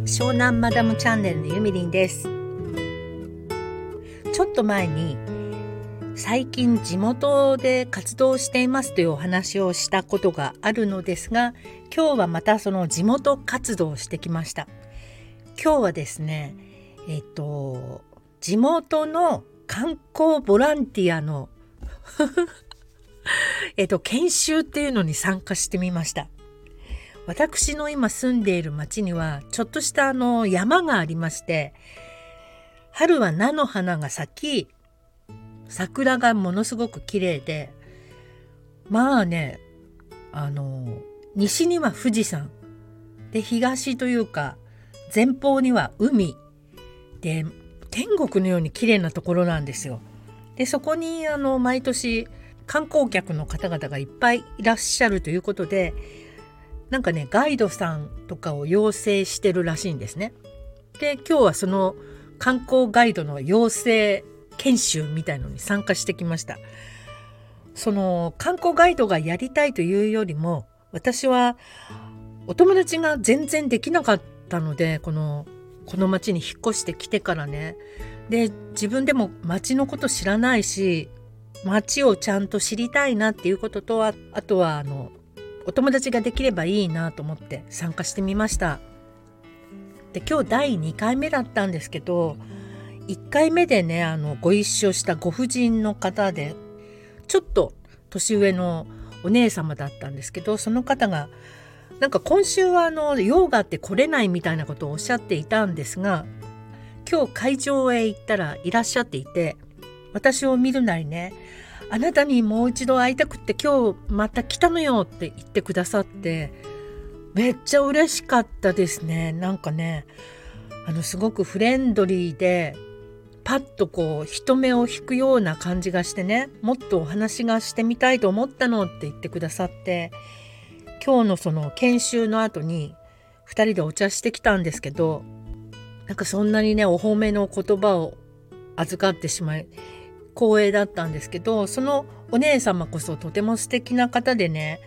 湘南マダムチャンネルのゆみりんです。ちょっと前に最近地元で活動していますというお話をしたことがあるのですが、今日はまたその地元活動をしてきました。今日はですね、地元の観光ボランティアの研修っていうのに参加してみました。私の今住んでいる町にはちょっとした山がありまして、春は菜の花が咲き、桜がものすごく綺麗で、まあね、西には富士山で、東というか前方には海で、天国のように綺麗なところなんですよ。でそこに毎年観光客の方々がいっぱいいらっしゃるということで、なんかね、ガイドさんとかを養成してるらしいんですね。で今日はその観光ガイドの養成研修みたいのに参加してきました。その観光ガイドがやりたいというよりも、私はお友達が全然できなかったので、この町に引っ越してきてからね、で自分でも町のこと知らないし、町をちゃんと知りたいなっていうことと、あとはお友達ができればいいなと思って参加してみました。で今日第2回目だったんですけど、1回目でねご一緒したご婦人の方で、ちょっと年上のお姉様だったんですけど、その方がなんか今週は用があって来れないみたいなことをおっしゃっていたんですが、今日会場へ行ったらいらっしゃっていて、私を見るなりね、あなたにもう一度会いたくって今日また来たのよって言ってくださって、めっちゃ嬉しかったですね。なんかね、すごくフレンドリーで、パッとこう人目を引くような感じがしてね、もっとお話がしてみたいと思ったのって言ってくださって、今日のその研修の後に2人でお茶してきたんですけど、なんかそんなにねお褒めの言葉を預かってしまい光栄だったんですけど、そのお姉様こそとても素敵な方でね、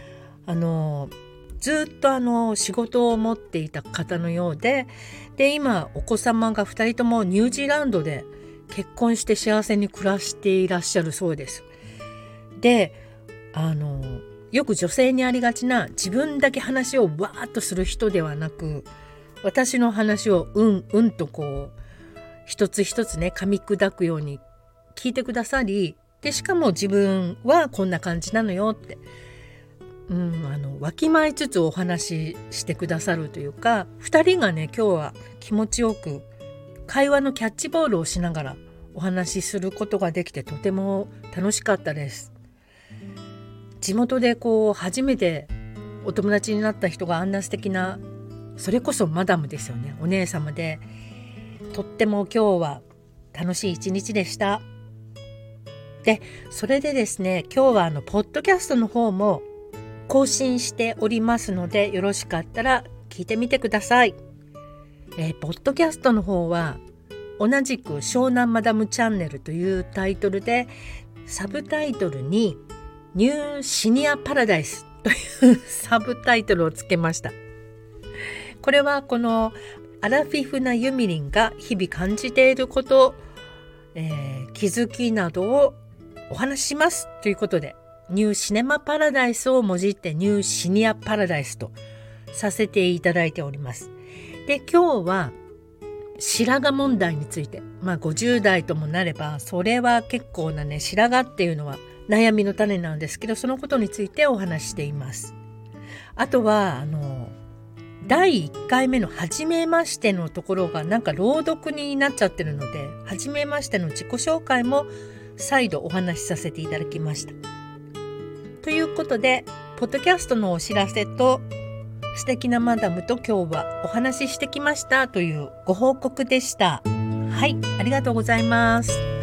ずっと仕事を持っていた方のようで、今お子様が2人ともニュージーランドで結婚して幸せに暮らしていらっしゃるそうです。でよく女性にありがちな、自分だけ話をわーっとする人ではなく、私の話をうんとこう一つ一つね噛み砕くように聞いてくださり、でしかも自分はこんな感じなのよって、わきまえつつお話ししてくださるというか、2人がね今日は気持ちよく会話のキャッチボールをしながらお話しすることができて、とても楽しかったです。地元でこう初めてお友達になった人があんな素敵な、それこそマダムですよね、お姉様で、とっても今日は楽しい一日でした。でそれでですね、今日はポッドキャストの方も更新しておりますので、よろしかったら聞いてみてください。ポッドキャストの方は同じく湘南マダムチャンネルというタイトルで、サブタイトルにニューシニアパラダイスというサブタイトルをつけました。これはこのアラフィフなゆみりんが日々感じていること、気づきなどをお話ししますということで、ニューシネマパラダイスをもじってニューシニアパラダイスとさせていただいております。で今日は白髪問題について、50代ともなればそれは結構なね、白髪っていうのは悩みの種なんですけど、そのことについてお話ししています。あとは第1回目の初めましてのところがなんか朗読になっちゃってるので、初めましての自己紹介も再度お話しさせていただきました。ということで、ポッドキャストのお知らせと素敵なマダムと今日はお話ししてきましたというご報告でした。はい、ありがとうございます。